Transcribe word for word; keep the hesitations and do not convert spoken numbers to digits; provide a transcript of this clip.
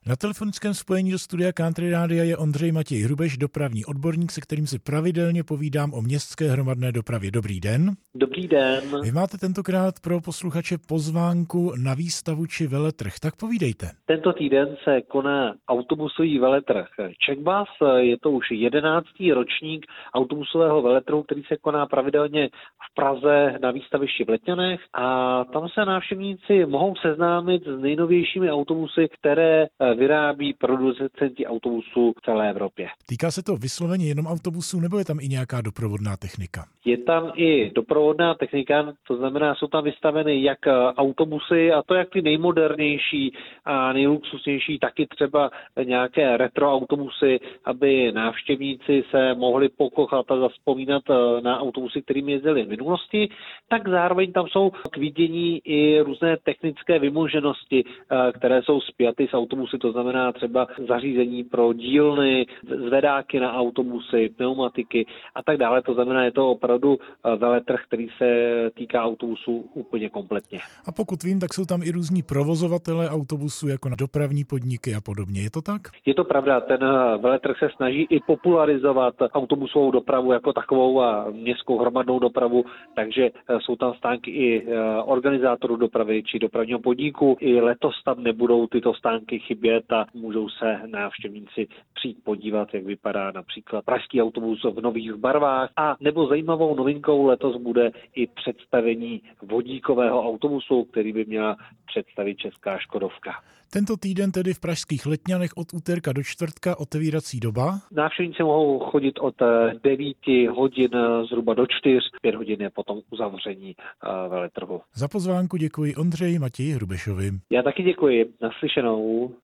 Na telefonickém spojení do studia Country Rádia je Ondřej Matěj Hrubeš, dopravní odborník, se kterým si pravidelně povídám o městské hromadné dopravě. Dobrý den. Dobrý den. Vy máte tentokrát pro posluchače pozvánku na výstavu či veletrh, tak povídejte. Tento týden se koná autobusový veletrh Czechbus. Je to už jedenáctý ročník autobusového veletrhu, který se koná pravidelně v Praze na výstavišti v Letňanech a tam se návštěvníci mohou seznámit s nejnovějšími autobusy, které vyrábí producenti autobusů v celé Evropě. Týká se to vysloveně jenom autobusů, nebo je tam i nějaká doprovodná technika? Je tam i doprovodná technika, to znamená, jsou tam vystaveny jak autobusy, a to jak ty nejmodernější a nejluxusnější, taky třeba nějaké retro autobusy, aby návštěvníci se mohli pokochat a zavzpomínat na autobusy, kterými jezdili v minulosti, tak zároveň tam jsou k vidění i různé technické vymoženosti, které jsou spjaty s autobusy, to znamená třeba zařízení pro dílny, zvedáky na autobusy, pneumatiky a tak dále. To znamená, je to opravdu veletrh, který se týká autobusů úplně kompletně. A pokud vím, tak jsou tam i různí provozovatelé autobusů, jako na dopravní podniky a podobně. Je to tak? Je to pravda. Ten veletrh se snaží i popularizovat autobusovou dopravu jako takovou a městskou hromadnou dopravu, takže jsou tam stánky i organizátorů dopravy či dopravního podniku. I letos tam nebudou tyto stánky chybět a můžou se návštěvníci přijít podívat, jak vypadá například pražský autobus v nových barvách. A nebo zajímavou novinkou letos bude i představení vodíkového autobusu, který by měla představit česká Škodovka. Tento týden tedy v pražských Letňanech od úterka do čtvrtka otevírací doba? Návštěvníci mohou chodit od devíti hodin zhruba do čtyř, pět hodin je potom uzavření veletrhu. Za pozvánku děkuji Ondřeji Matěji Hrubešovi. Já taky děkuji. Naslyšenou.